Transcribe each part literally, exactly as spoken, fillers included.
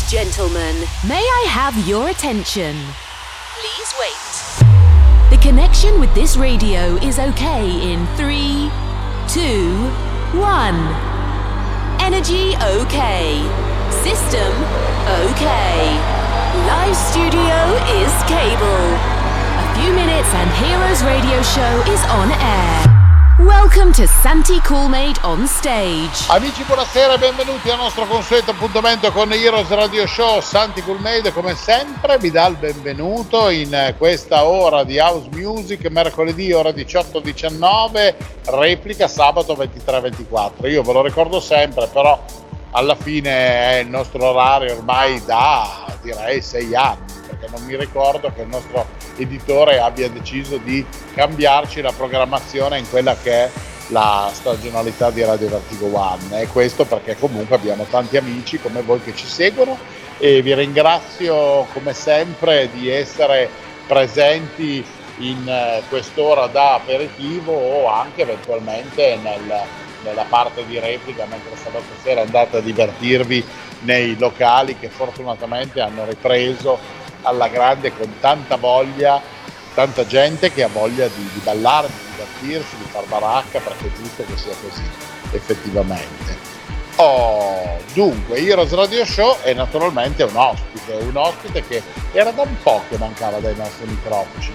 Gentlemen, may I have your attention? Please wait. The connection with this radio is okay in three, two, one. Energy okay. System okay. Live studio is cable. A few minutes and Heroes Radio Show is on air. Welcome to Santi Coolmade on stage. Amici, buonasera e benvenuti al nostro consueto appuntamento con Heroes Radio Show. Santi Coolmade, come sempre, vi dà il benvenuto in questa ora di House Music, mercoledì ora diciotto diciannove, replica sabato ventitré ventiquattro. Io ve lo ricordo sempre, però alla fine è il nostro orario ormai da, direi, sei anni, perché non mi ricordo che il nostro editore abbia deciso di cambiarci la programmazione in quella che è la stagionalità di Radio Vertigo One, e questo perché comunque abbiamo tanti amici come voi che ci seguono, e vi ringrazio come sempre di essere presenti in quest'ora da aperitivo o anche eventualmente nel, nella parte di replica, mentre sabato sera andate a divertirvi nei locali che fortunatamente hanno ripreso alla grande, con tanta voglia, tanta gente che ha voglia di, di ballare, di divertirsi, di far baracca, perché è giusto che sia così, effettivamente. Oh, dunque, Heroes Radio Show è naturalmente un ospite, un ospite che era da un po' che mancava dai nostri microfoni,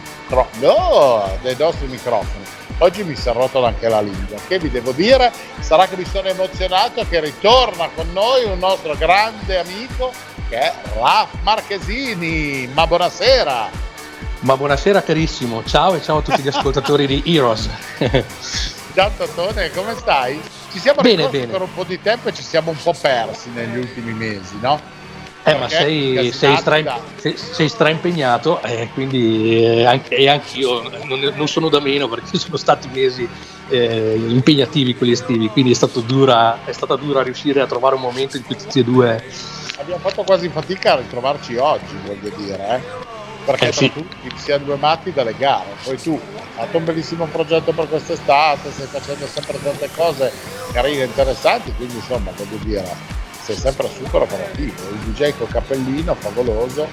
no, dai nostri microfoni. Oggi mi si è rotto anche la lingua, che vi devo dire, sarà che mi sono emozionato che ritorna con noi un nostro grande amico che è Raf Marchesini. Ma buonasera. Ma buonasera carissimo, ciao e ciao a tutti gli ascoltatori di Heroes. Ciao Totone, come stai? Ci siamo bene, ricordi bene. per un po' di tempo e ci siamo un po' persi negli ultimi mesi, no? Eh, ma sei, sei, stra, sei, sei straimpegnato, eh, quindi eh, anche, e anch'io non, non sono da meno, perché sono stati mesi eh, impegnativi quelli estivi, quindi è, stato dura, è stata dura riuscire a trovare un momento in cui tutti e due... Abbiamo fatto quasi fatica a ritrovarci oggi, voglio dire, eh? Perché eh, sì. tutti siamo due matti dalle gare. Poi tu hai fatto un bellissimo progetto per quest'estate, stai facendo sempre tante cose carine e interessanti, quindi insomma, voglio dire, sei sempre super operativo, il D J col cappellino favoloso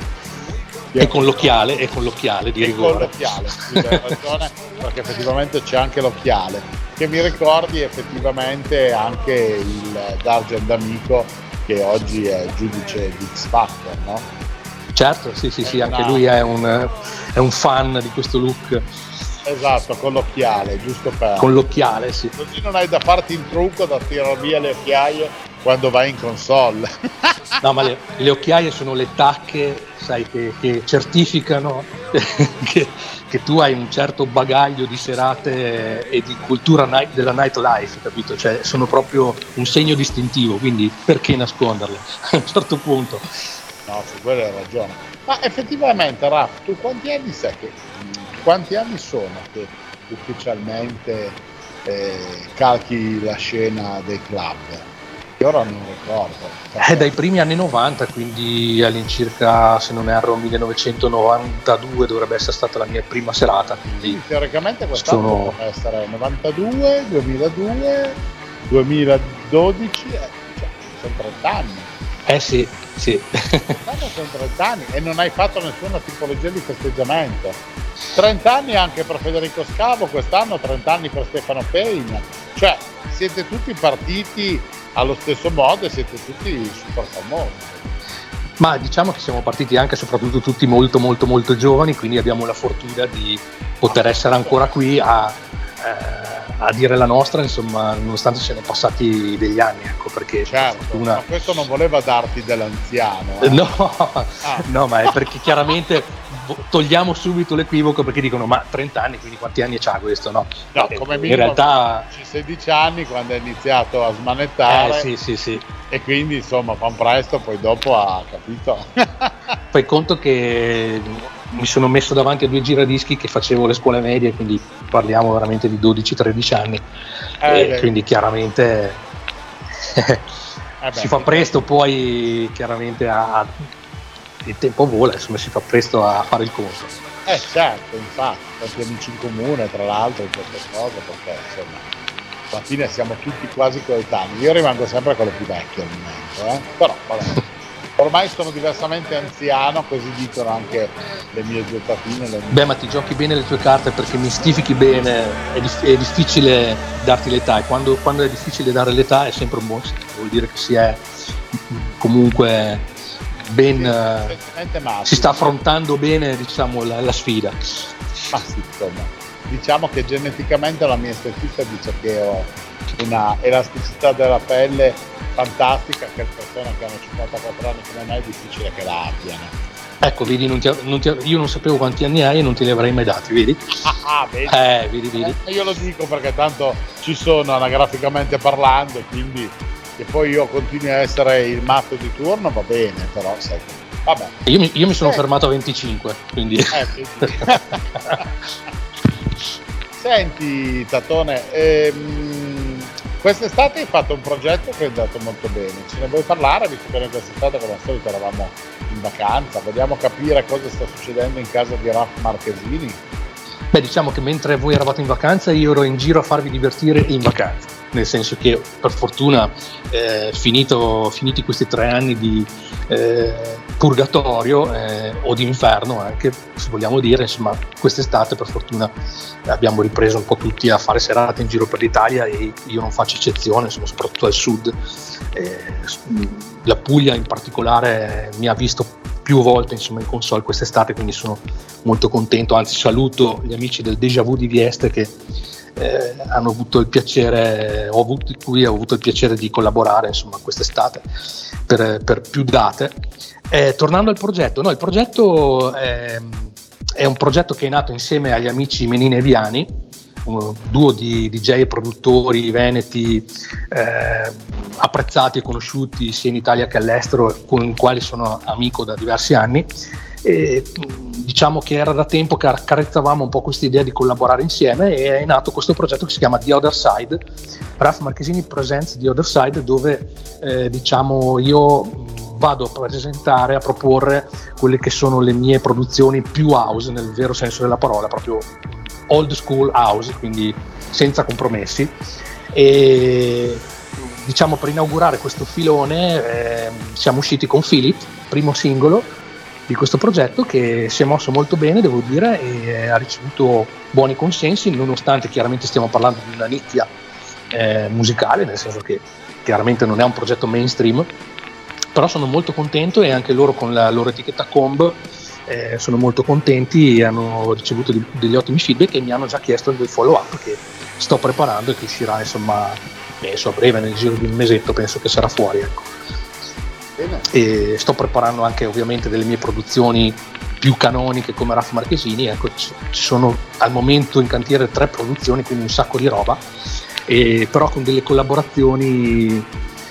e con l'occhiale e con l'occhiale di e rigore. con l'occhiale, scusa, hai ragione, perché effettivamente c'è anche l'occhiale, che mi ricordi effettivamente anche il Dargen D'Amico, che oggi è giudice di X Factor, no? Certo, sì sì è sì, una... anche lui è un, è un fan di questo look. Esatto, con l'occhiale, giusto per... Con l'occhiale, sì. Così non hai da farti il trucco da tirare via le occhiaie quando vai in console. No, ma le, le occhiaie sono le tacche, sai, che, che certificano che, che tu hai un certo bagaglio di serate e di cultura night, della nightlife, capito? Cioè, sono proprio un segno distintivo, quindi perché nasconderle a un certo punto? No, su quello hai ragione. Ma effettivamente, Raf, tu quanti anni sai che... Quanti anni sono che ufficialmente eh, calchi la scena dei club? Io ora non ricordo. È dai primi anni novanta, quindi all'incirca, se non erro, millenovecentonovantadue dovrebbe essere stata la mia prima serata. Quindi sì, teoricamente quest'anno sono... potrebbe essere novantadue, duemiladue, duemiladodici, eh, cioè, sono trenta anni. Eh sì, sì. Quest'anno sono trenta anni e non hai fatto nessuna tipologia di festeggiamento. trenta anni anche per Federico Scavo quest'anno, trenta anni per Stefano Pegna, cioè siete tutti partiti allo stesso modo e siete tutti super famosi. Ma diciamo che siamo partiti anche soprattutto tutti molto molto molto giovani, quindi abbiamo la fortuna di poter essere ancora qui a, eh, a dire la nostra, insomma, nonostante siano passati degli anni, ecco, perché certo, fortuna... ma questo non voleva darti dell'anziano, eh? no, ah. no, ma è perché chiaramente togliamo subito l'equivoco, perché dicono ma trenta anni, quindi quanti anni c'ha questo? No, no, come in minimo realtà sedici anni quando hai iniziato a smanettare, eh, sì, sì, sì. E quindi insomma fan presto, poi dopo ha capito. Fai conto che mi sono messo davanti a due giradischi che facevo le scuole medie, quindi parliamo veramente di dodici tredici anni, eh, e quindi chiaramente eh beh, si fa presto poi chiaramente a, il tempo vola, insomma si fa presto a fare il conto. Eh certo, infatti, tanti amici in comune tra l'altro in queste cose, perché insomma alla fine siamo tutti quasi coetanei. Io rimango sempre quello più vecchio al momento, eh? Però vabbè. ormai sono diversamente anziano, così dicono anche le mie due tatine. Le mie... Beh, ma ti giochi bene le tue carte perché mistifichi bene, è, dif- è difficile darti l'età, e quando, quando è difficile dare l'età è sempre un buon segno, vuol dire che si è comunque ben, sì, uh, si sta affrontando bene, diciamo, la, la sfida. Ma sì, insomma, diciamo che geneticamente la mia estetica dice che ho una elasticità della pelle fantastica, che le persone che hanno cinquantaquattro anni come me è difficile che la abbiano. Ecco, vedi, non ti, non ti, io non sapevo quanti anni hai e non te li avrei mai dati, vedi? Ah, vedi? Eh, vedi, vedi. Eh, io lo dico perché tanto ci sono anagraficamente parlando, e quindi che poi io continui a essere il matto di turno va bene, però sai, vabbè. Io mi, io mi sono eh. fermato a venticinque, quindi... Eh, Senti Tatone, ehm, quest'estate hai fatto un progetto che è andato molto bene, ce ne vuoi parlare, visto che noi quest'estate come al solito eravamo in vacanza, vogliamo capire cosa sta succedendo in casa di Raf Marchesini? Beh, diciamo che mentre voi eravate in vacanza io ero in giro a farvi divertire in vacanza, nel senso che per fortuna eh, finito, finiti questi tre anni di eh, purgatorio eh, o di inferno anche, se vogliamo dire, insomma quest'estate per fortuna abbiamo ripreso un po' tutti a fare serate in giro per l'Italia, e io non faccio eccezione, insomma, soprattutto al sud. Eh, la Puglia in particolare mi ha visto più volte, insomma, in console quest'estate, quindi sono molto contento, anzi saluto gli amici del Déjà Vu di Vieste che eh, hanno avuto il piacere, ho avuto, cui ho avuto il piacere di collaborare, insomma, quest'estate per, per più date. Eh, tornando al progetto, no, il progetto è, è un progetto che è nato insieme agli amici Menina e Viani, un duo di D J e produttori veneti eh, apprezzati e conosciuti sia in Italia che all'estero, con i quali sono amico da diversi anni, e diciamo che era da tempo che accarezzavamo un po' questa idea di collaborare insieme, e è nato questo progetto che si chiama The Other Side, Raf Marchesini Presents The Other Side, dove eh, diciamo io vado a presentare, a proporre quelle che sono le mie produzioni più house nel vero senso della parola, proprio old school house, quindi senza compromessi. E diciamo per inaugurare questo filone eh, siamo usciti con Philip, primo singolo di questo progetto, che si è mosso molto bene, devo dire, e ha ricevuto buoni consensi, nonostante chiaramente stiamo parlando di una nicchia eh, musicale, nel senso che chiaramente non è un progetto mainstream, però sono molto contento, e anche loro con la loro etichetta Comb eh, sono molto contenti e hanno ricevuto di, degli ottimi feedback, e mi hanno già chiesto del follow up che sto preparando e che uscirà, insomma, penso a breve, nel giro di un mesetto penso che sarà fuori, ecco. Bene. E sto preparando anche ovviamente delle mie produzioni più canoniche come Raf Marchesini, ecco, ci sono al momento in cantiere tre produzioni, quindi un sacco di roba, e però con delle collaborazioni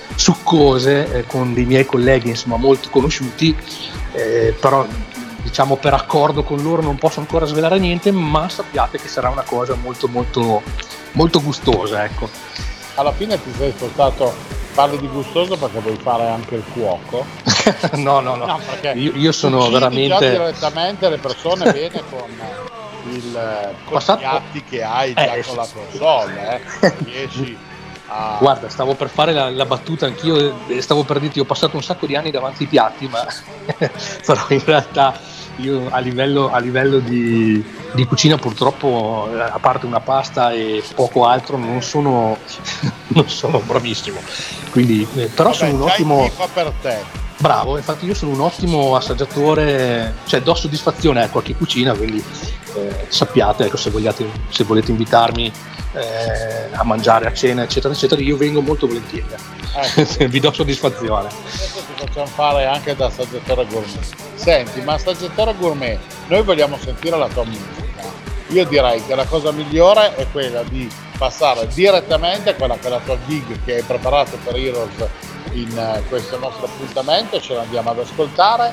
succose eh, con dei miei colleghi, insomma, molto conosciuti, eh, però diciamo per accordo con loro non posso ancora svelare niente, ma sappiate che sarà una cosa molto molto molto gustosa, ecco. Alla fine ti sei spostato, parli di gustoso perché vuoi fare anche il cuoco? no no no, no io, io sono veramente direttamente le persone bene con il con i piatti che hai già eh, con la console, eh. riesci a... Guarda, stavo per fare la, la battuta anch'io, stavo per dirti ho passato un sacco di anni davanti ai piatti, ma però in realtà io a livello, a livello di, di cucina purtroppo, a parte una pasta e poco altro, non sono non sono bravissimo, quindi eh, però Vabbè, sono un ottimo fa per te. Bravo, infatti io sono un ottimo assaggiatore, cioè do soddisfazione ecco, a chi cucina, quindi eh, sappiate, ecco, se vogliate, se volete invitarmi eh, a mangiare, a cena, eccetera, eccetera, io vengo molto volentieri, ecco. Vi do soddisfazione. Adesso ti facciamo fare anche da assaggiatore gourmet. Senti, ma assaggiatore gourmet, noi vogliamo sentire la tua musica. Io direi che la cosa migliore è quella di passare direttamente a quella che è la tua gig che hai preparato per Heroes in uh, questo nostro appuntamento, ce l'andiamo ad ascoltare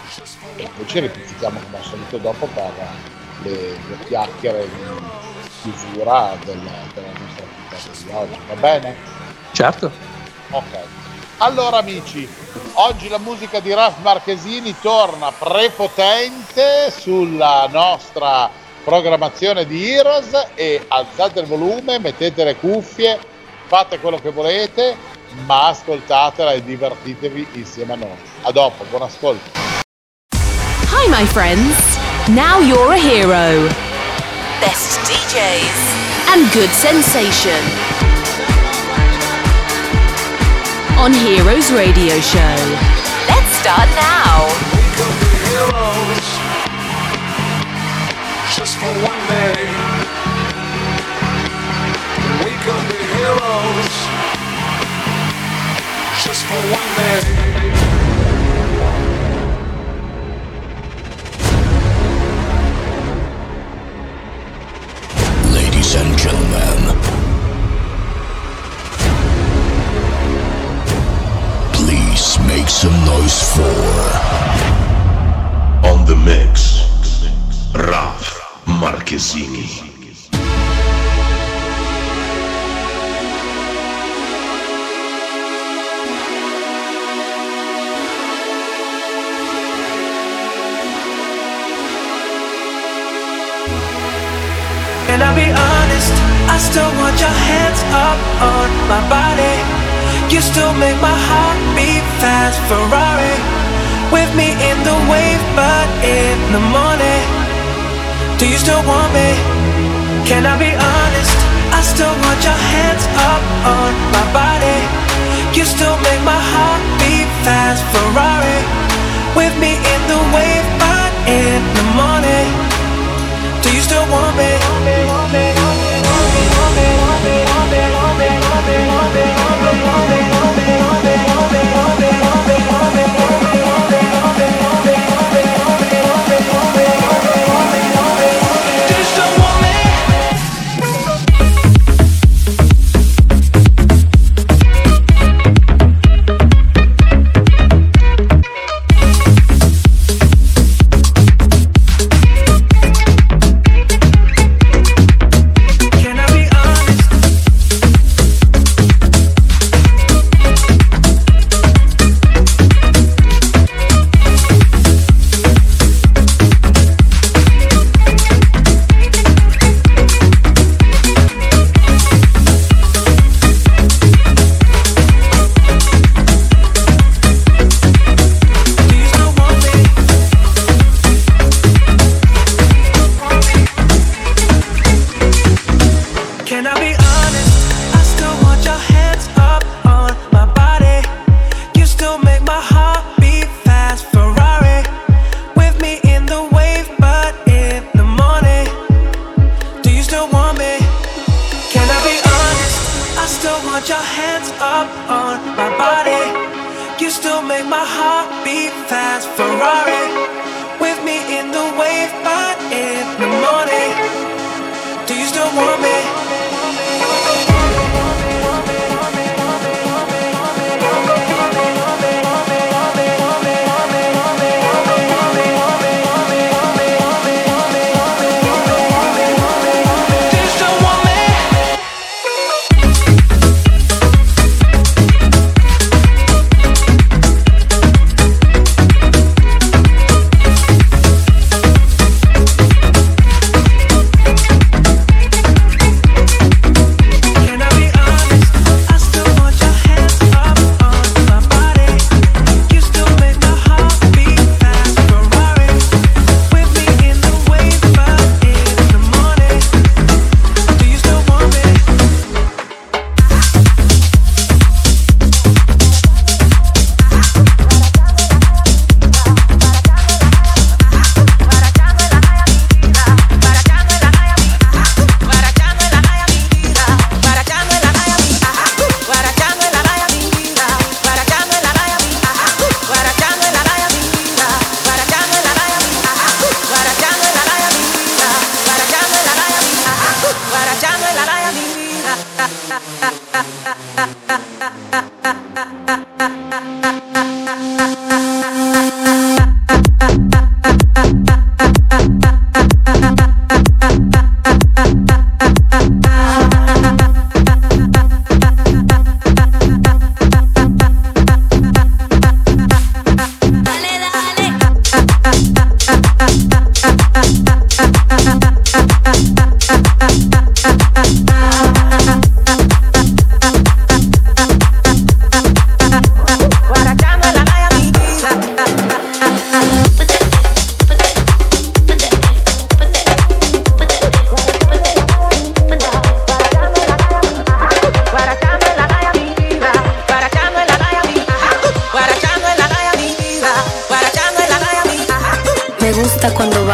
e poi ci ripetiamo come al solito dopo per le, le chiacchiere di chiusura del, della nostra puntata di oggi, va bene? Certo. Ok, allora amici, oggi la musica di Raf Marchesini torna prepotente sulla nostra programmazione di Heroes, e alzate il volume, mettete le cuffie, fate quello che volete, ma ascoltatela e divertitevi insieme a noi. A dopo, buon ascolto. Hi my friends, now you're a hero. Best D Js and good sensation on Heroes Radio Show. Let's start now. We could be heroes just for one day. We could be heroes just for one day. Ladies and gentlemen, please make some noise for On the Mix, Raf Marchesini. Can I be honest? I still want your hands up on my body. You still make my heart beat fast. Ferrari with me in the wave, but in the morning, do you still want me? Can I be honest? I still want your hands up on my body. You still make my heart beat fast. Ferrari with me in the wave, but in the morning, do you still want me?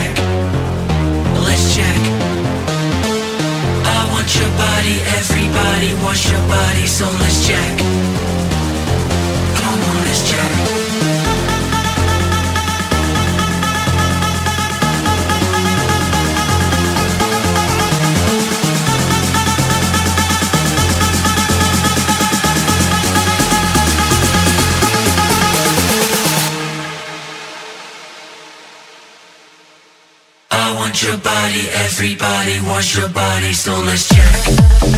check. Let's check. I want your body, everybody wants your body, so let's check. Come on, let's check. I want your body, everybody wants your body, so let's check.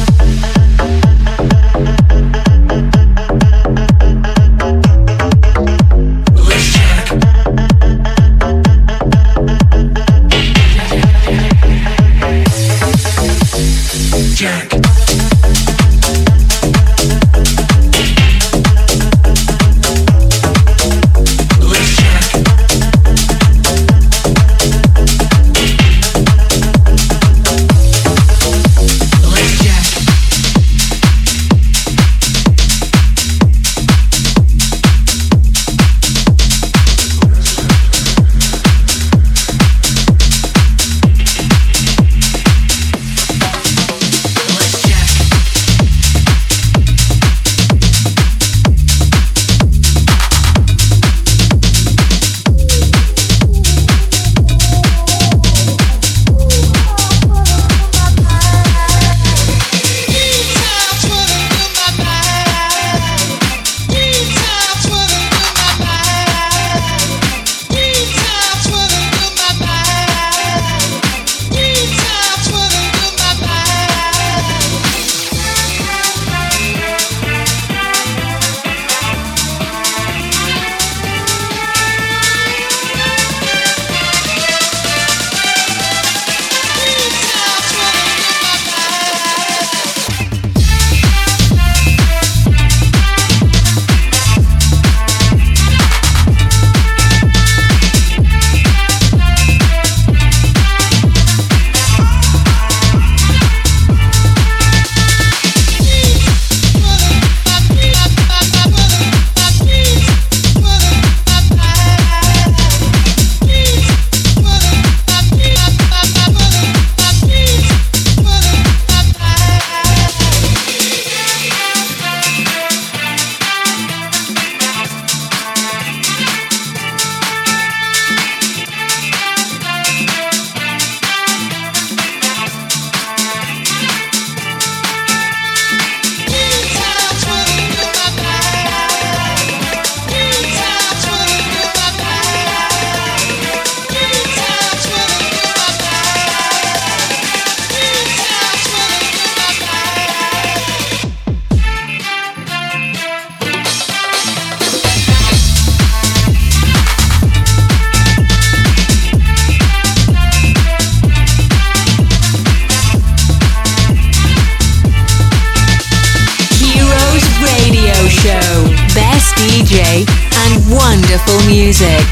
D J and wonderful music.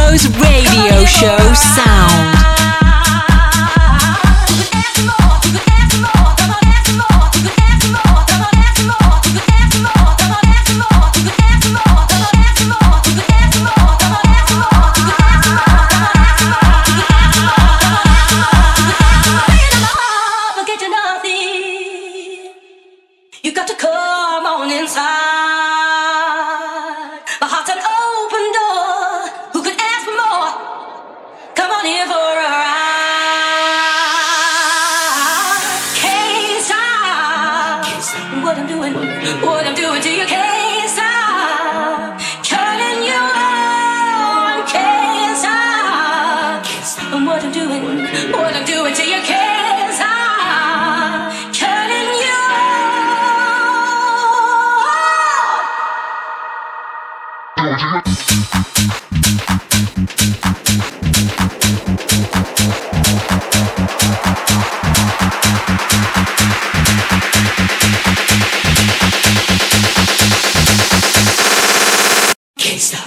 Heroes Radio Show sound. You got to come on inside. My heart's an open door. Who could ask for more? Come on in for a ride. Can't stop what I'm doing, what I'm doing to you. Can't stop turning you on. Can't stop what I'm doing, what I'm doing to you. Can't stop turning you on. Can't stop.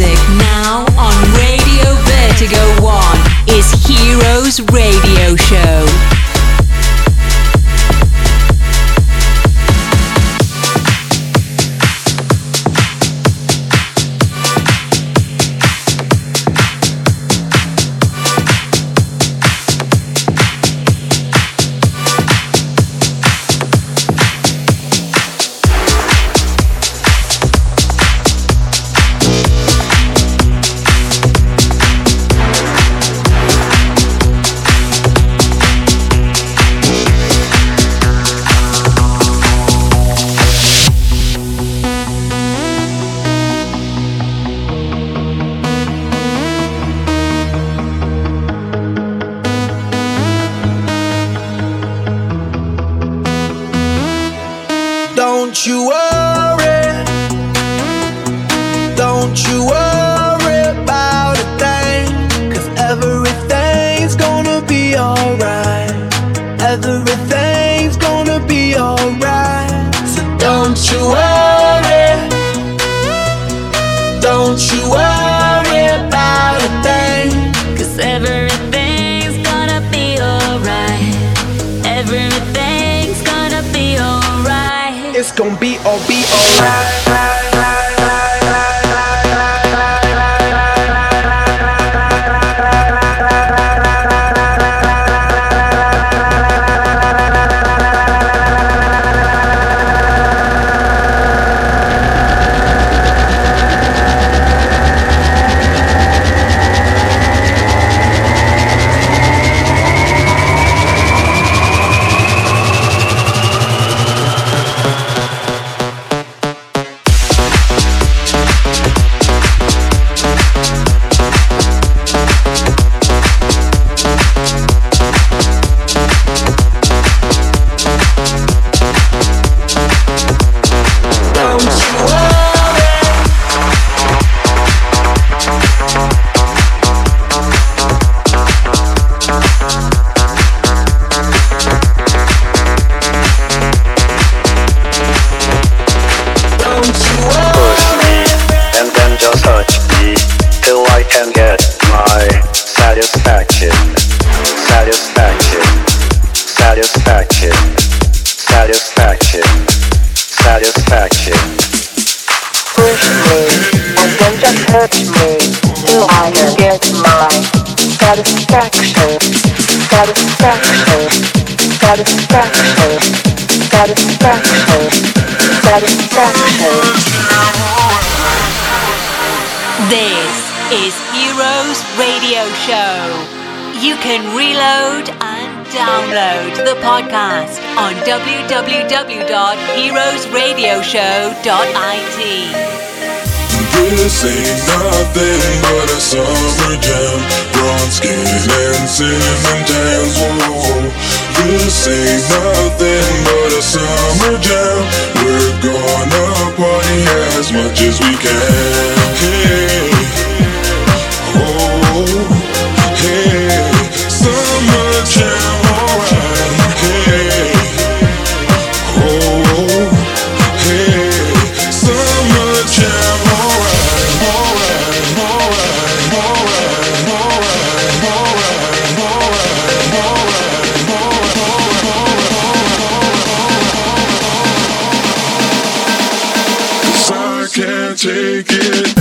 music now on Radio Vertigo One is Heroes Radio Show. Don't you worry, don't you worry about a thing, 'cause everything's gonna be alright, everything's gonna be alright. So don't you worry, don't you worry about a thing, 'cause everything's gonna be alright, everything's gonna be alright. It's gonna be all be alright. This is Heroes Radio Show. You can reload and download the podcast on w w w dot heroes radio show dot i t. This ain't nothing but a summer jam. Bronze skin and cinnamon tans. Whoa. This ain't nothing but a summer jam. We're gonna party as much as we can. Hey, oh, hey, summer jam, alright. Hey, oh, hey, summer jam, alright, alright, alright, alright, alright, alright, alright, alright, 'cause I can't take it.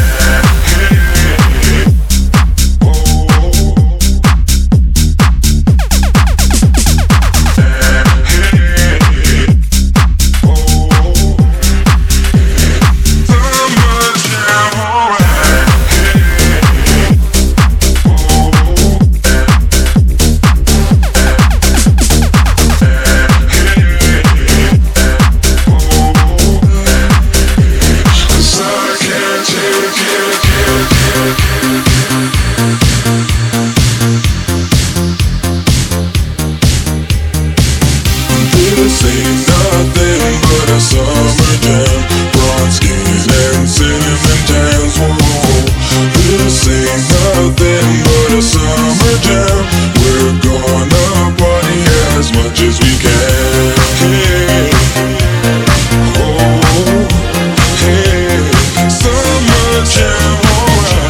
Summer jam, alright.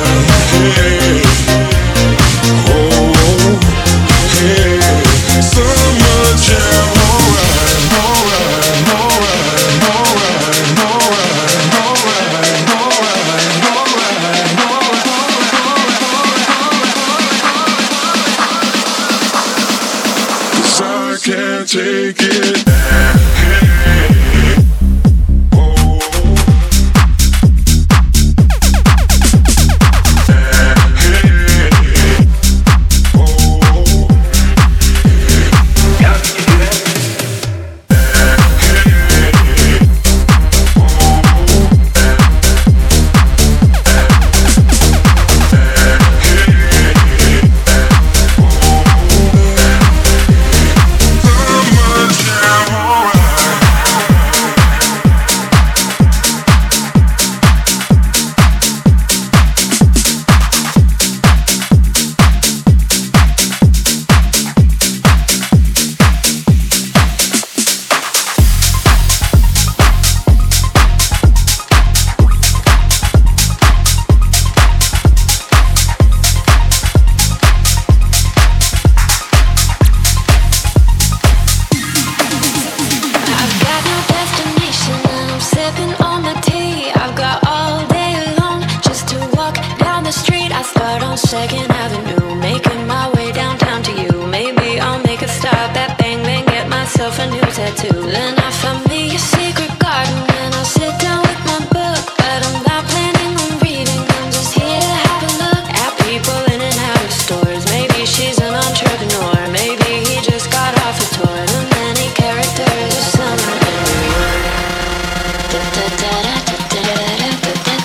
Boulevard on Second Avenue, making my way downtown to you. Maybe I'll make a stop at Bang Bang, get myself a new tattoo. Then I find me a secret garden and I'll sit down with my book. But I'm not planning on reading, I'm just here to have a look at people in and out of stores. Maybe she's an entrepreneur, maybe he just got off a tour. The many characters of summer in New York. Da, da, da, da, da, da, da, da, da,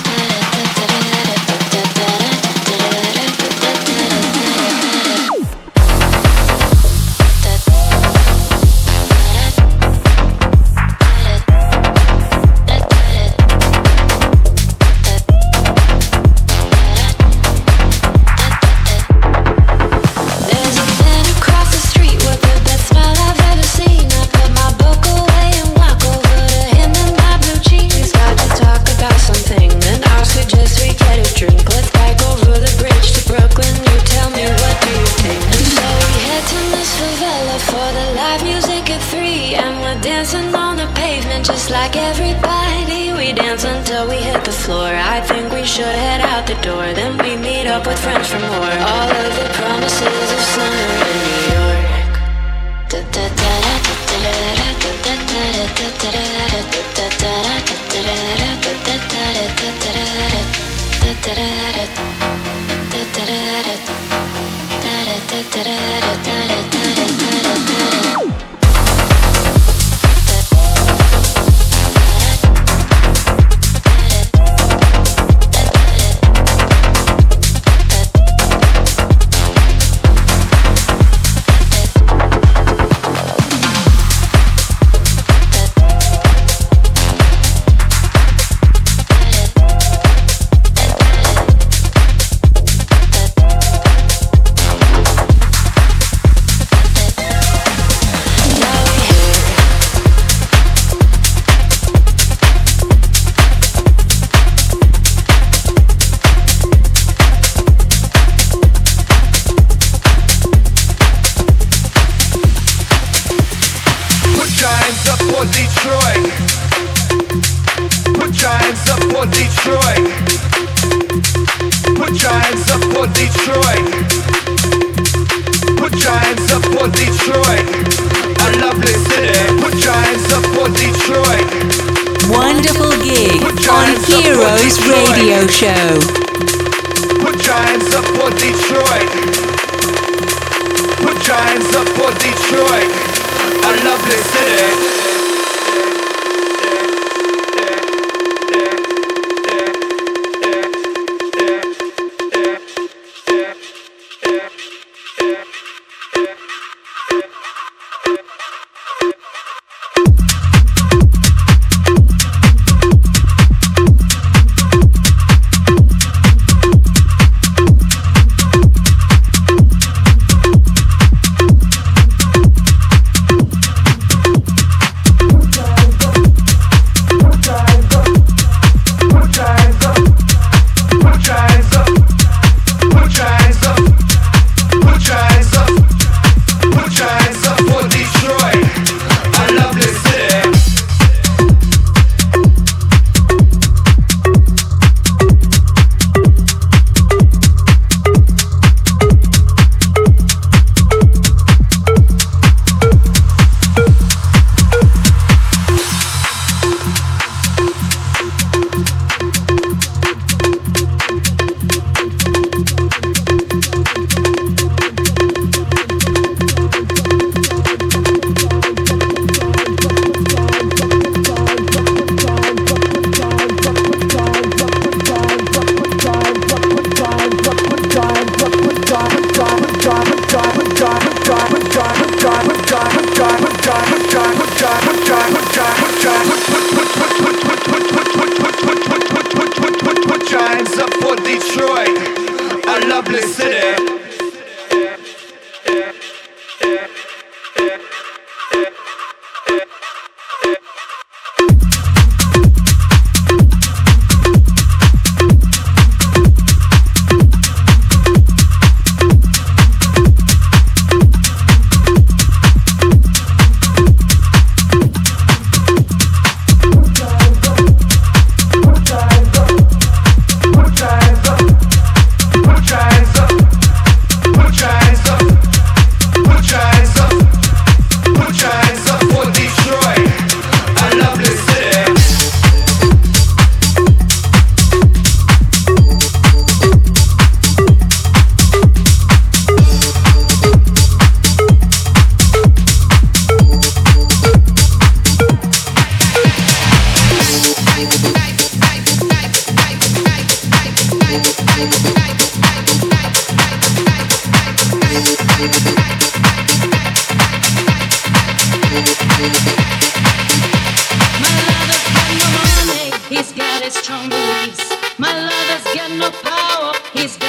try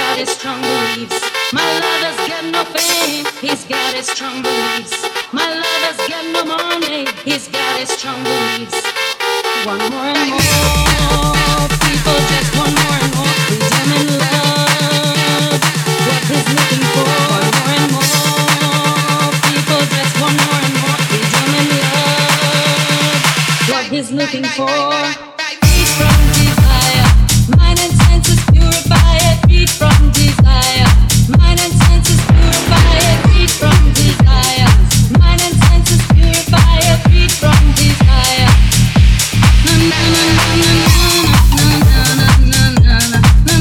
got his strong beliefs. My lover's got no fame, he's got his strong beliefs. My lover's got no money, he's got his strong beliefs. One more and more people just want more and more freedom and love. What he's looking for. One more and more people just want more and more freedom and love. What he's looking for. Free from desire, mind and senses purify it. Free from desire, mind and senses purify it. Free from desire, mind and senses purify it. Free from desire. Na na na na na na na na na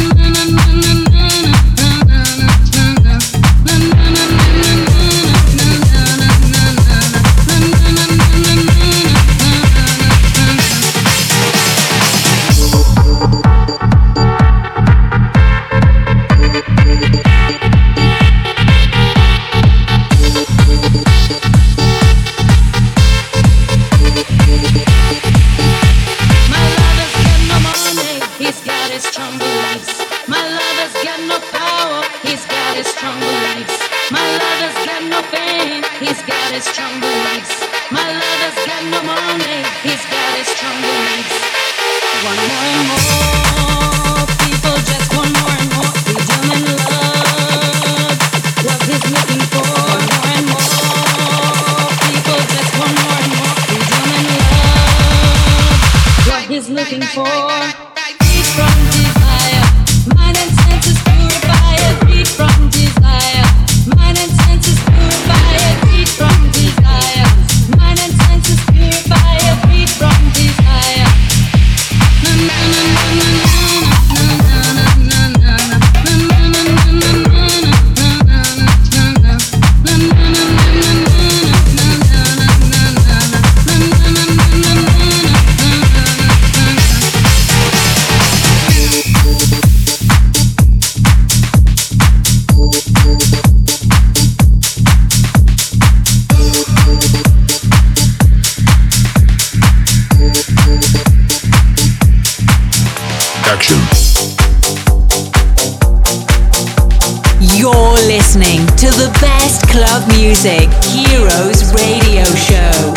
listening to the best club music, Heroes Radio Show.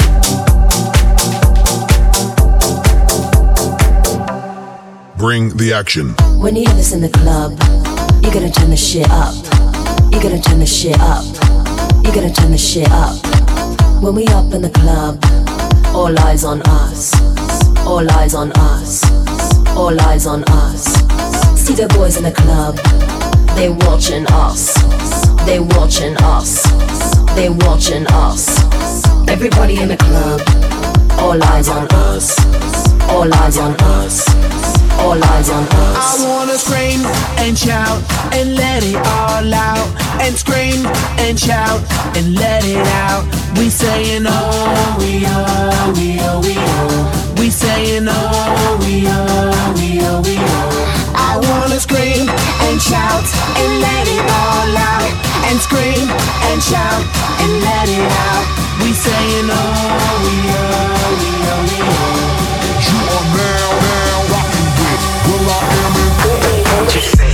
Bring the action. When you hear this in the club, you're gonna turn the shit up. You're gonna turn the shit up. You're gonna turn the shit up. When we up in the club, all eyes on us. All eyes on us. All eyes on us. See the boys in the club, they watching us. They watching us. They watching us. Everybody in the club, all eyes on us. All eyes on us. All eyes on us. I wanna scream and shout and let it all out. And scream and shout and let it out. We saying oh, we oh, we oh, we oh. We saying oh, we oh, we oh, we oh. I wanna scream and shout and let it all out. And scream and shout and let it out. We saying oh, we oh, we oh, we oh. You are now, now rocking with Will I Am in What you say?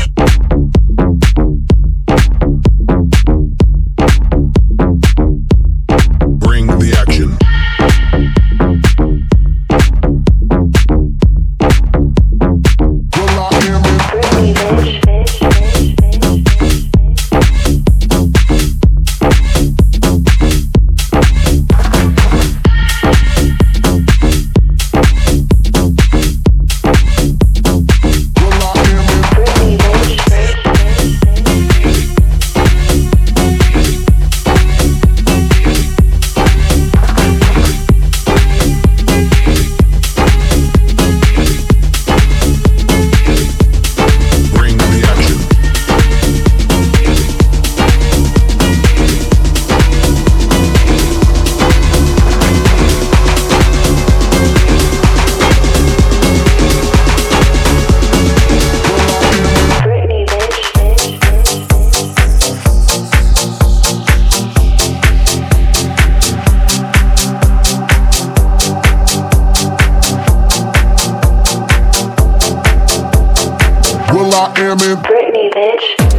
Bring the action. Will I Am in Will I Am in Britney, bitch.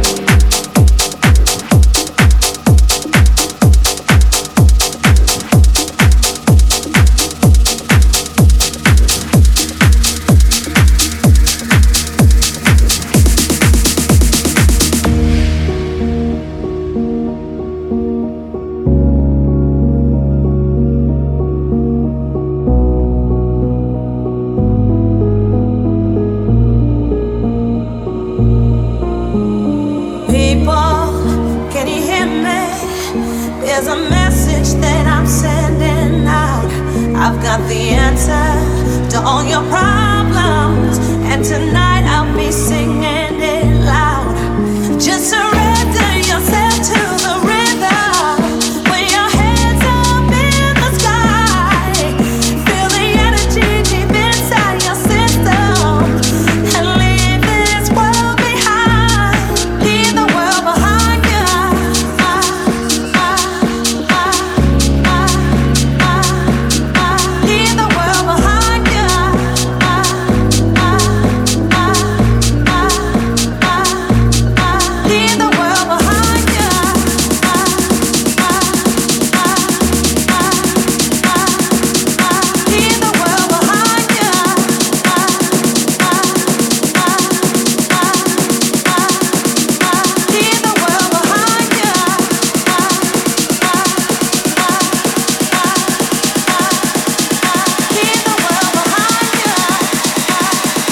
people, can you hear me? There's a message that I'm sending out. I've got the answer to all your problems, and tonight I'll be singing it loud. Just surrender yourself to the rhythm. When your head's up in the sky, feel the energy deep inside your system, and leave this world behind. Leave the world behind you. Leave the world behind you. Leave the world behind you. Leave the world behind you. Leave the world behind you. Leave the world behind you.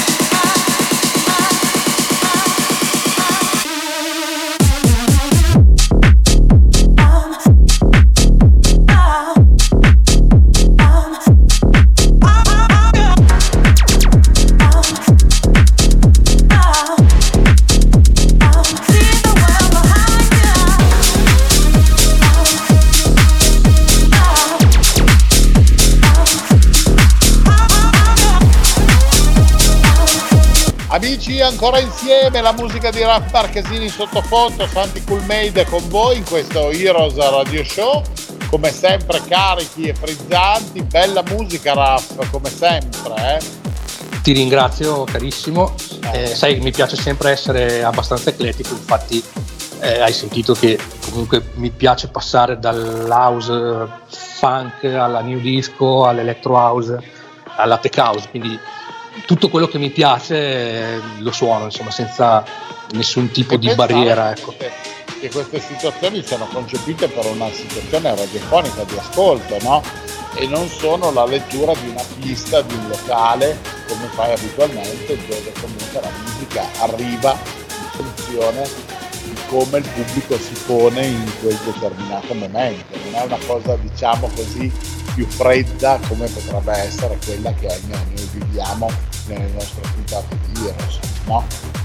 Amici, ancora insieme la musica di Raf Marchesini sottofondo, Santi Coolmade con voi in questo Heroes Radio Show, come sempre carichi e frizzanti, bella musica Raf, come sempre. Eh? Ti ringrazio carissimo, eh, sai che mi piace sempre essere abbastanza eclettico, infatti eh, hai sentito che comunque mi piace passare dall'house funk alla new disco, all'electro house, alla tech house, quindi tutto quello che mi piace eh, lo suono, insomma, senza nessun tipo E di pensare barriera, ecco. Che, che queste situazioni siano concepite per una situazione radiofonica di ascolto, no? E non sono la lettura di una pista, di un locale, come fai abitualmente, dove comunque la musica arriva in funzione di come il pubblico si pone in quel determinato momento. Non è una cosa, diciamo così, più fredda come potrebbe essere quella che noi viviamo nelle nostre puntate di Heroes, no?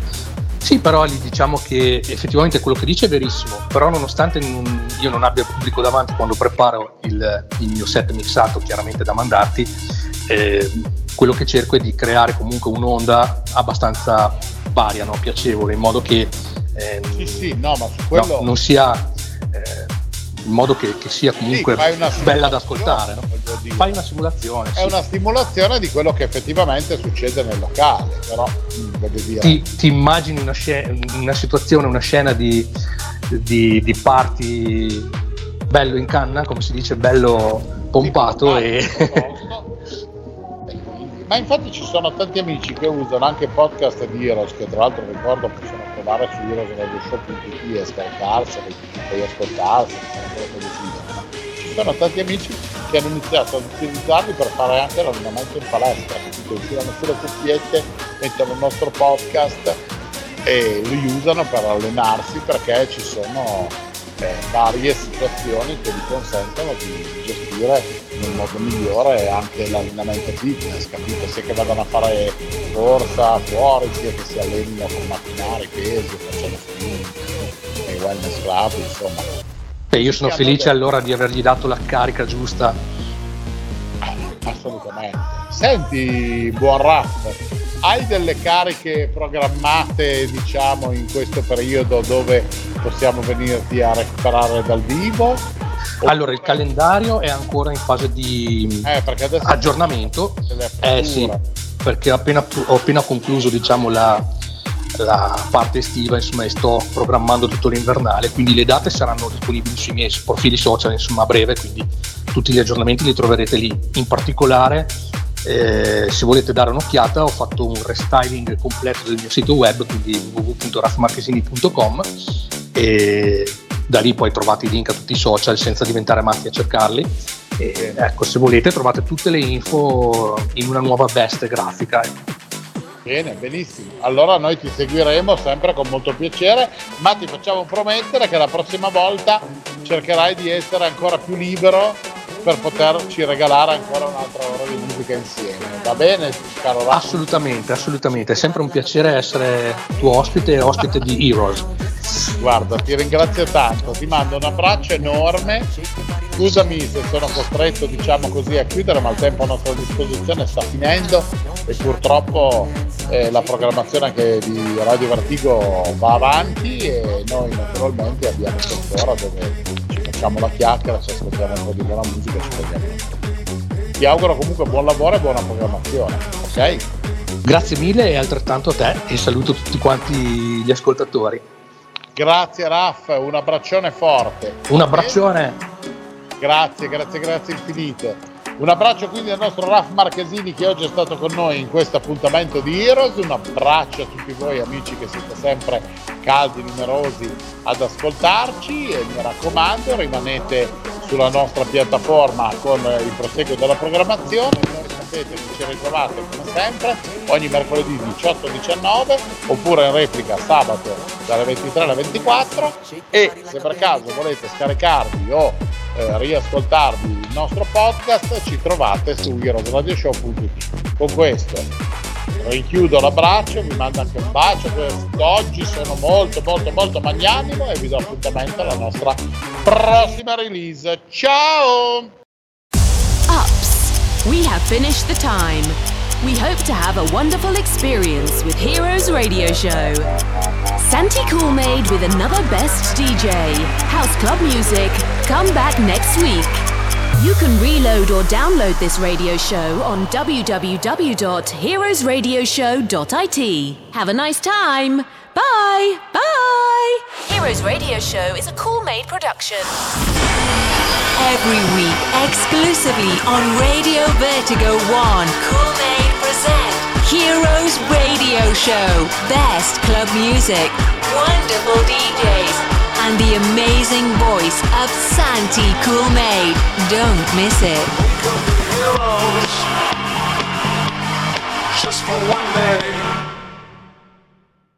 Sì, però lì diciamo che effettivamente quello che dice è verissimo, però nonostante non, io non abbia pubblico davanti quando preparo il, il mio set mixato, chiaramente da mandarti, eh, quello che cerco è di creare comunque un'onda abbastanza varia, no? Piacevole, in modo che eh, sì, sì, no, ma su quello... no, non sia eh, in modo che, che sia comunque sì, bella da ascoltare, no? Fai una simulazione, è sì. una stimolazione di quello che effettivamente succede nel locale, però voglio dire, ti, ti immagini una, scena, una situazione, una scena di, di, di party bello in canna, come si dice, bello pompato, sì, e ma infatti ci sono tanti amici che usano anche podcast di Heroes, che tra l'altro ricordo possono trovare su heroes radio show punto it e scaricarseli, poi ascoltarseli, quello che esistono. Ci sono tanti amici che hanno iniziato ad utilizzarli per fare anche l'allenamento in palestra, quindi infilano sulle cuffiette, mettono il nostro podcast e li usano per allenarsi, perché ci sono eh, varie situazioni che vi consentono di gestire nel modo migliore anche l'allenamento fitness, capito? Sia che vadano a fare corsa fuori, sia che si allenino con macchinari, pesi, facciano spinning nei wellness club, insomma. Beh, io sono felice allora di avergli dato la carica giusta. Assolutamente. Senti, buon Raff, hai delle cariche programmate, diciamo, in questo periodo dove possiamo venirti a recuperare dal vivo? Allora, il calendario è ancora in fase di eh, perché adesso aggiornamento. Eh sì, perché appena, ho appena concluso, diciamo, la, la parte estiva, insomma, e sto programmando tutto l'invernale, quindi le date saranno disponibili sui miei profili social, insomma, a breve, quindi tutti gli aggiornamenti li troverete lì. In particolare, eh, se volete dare un'occhiata, ho fatto un restyling completo del mio sito web, quindi w w w punto raf marchesini punto com, e da lì poi trovate i link a tutti i social senza diventare matti a cercarli. E ecco, se volete trovate tutte le info in una nuova veste grafica. Bene, benissimo. Allora noi ti seguiremo sempre con molto piacere, ma ti facciamo promettere che la prossima volta cercherai di essere ancora più libero per poterci regalare ancora un'altra ora di musica insieme. Va bene, caro Raf? Assolutamente, assolutamente. È sempre un piacere essere tuo ospite e ospite di Heroes. Guarda, ti ringrazio tanto, ti mando un abbraccio enorme. Scusami se sono costretto, diciamo così, a chiudere, ma il tempo a nostra disposizione sta finendo e purtroppo eh, la programmazione anche di Radio Vertigo va avanti e noi naturalmente abbiamo quest'ora dove ci facciamo la chiacchiera, ci ascoltiamo un po' di buona musica e ci vediamo. Ti auguro comunque buon lavoro e buona programmazione, ok? Grazie mille e altrettanto a te e saluto tutti quanti gli ascoltatori. Grazie Raf, un abbraccione forte. Un abbraccione. Grazie, grazie, grazie infinite. Un abbraccio quindi al nostro Raf Marchesini che oggi è stato con noi in questo appuntamento di Heroes. Un abbraccio a tutti voi amici che siete sempre caldi, numerosi ad ascoltarci e mi raccomando rimanete sulla nostra piattaforma con il proseguo della programmazione. Noi sapete che ci ritrovate come sempre ogni mercoledì diciotto diciannove oppure in replica sabato dalle ventitré alle ventiquattro e se per caso volete scaricarvi o eh, riascoltarvi il nostro podcast ci trovate su heroes radio show punto it. Con questo richiudo l'abbraccio, vi mando anche un bacio, oggi sono molto molto molto magnanimo e vi do appuntamento alla nostra prossima release. Ciao! Ups, we have finished the time. We hope to have a wonderful experience with Heroes Radio Show. Santi Coolmade with another best D J. House Club Music. Come back next week. You can reload or download this radio show on w w w dot heroes radio show dot i t. Have a nice time. Bye. Bye. Heroes Radio Show is a Coolmade production. Every week, exclusively on Radio Vertigo One, Coolmade present Heroes Radio Show. Best club music, wonderful D Js, and the amazing voice of Santi Coolmade. Don't miss it. Heroes, just for one day.